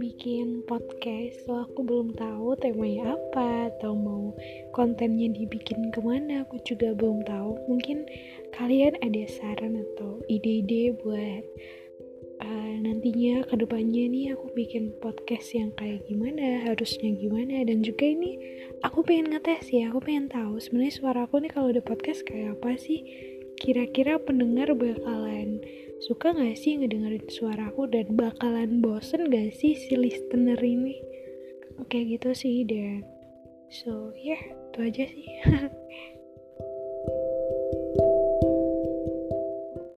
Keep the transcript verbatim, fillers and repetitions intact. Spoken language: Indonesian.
bikin podcast, so aku belum tahu temanya apa atau mau kontennya dibikin kemana, aku juga belum tahu. Mungkin kalian ada saran atau ide-ide buat uh, nantinya kedepannya nih aku bikin podcast yang kayak gimana, harusnya gimana, dan juga ini aku pengen ngetes ya, aku pengen tahu sebenarnya suara aku nih kalau udah podcast kayak apa sih. Kira-kira pendengar bakalan suka gak sih ngedengerin suaraku dan bakalan bosen gak sih si listener ini? Kayak gitu sih, dan so ya yeah, itu aja sih.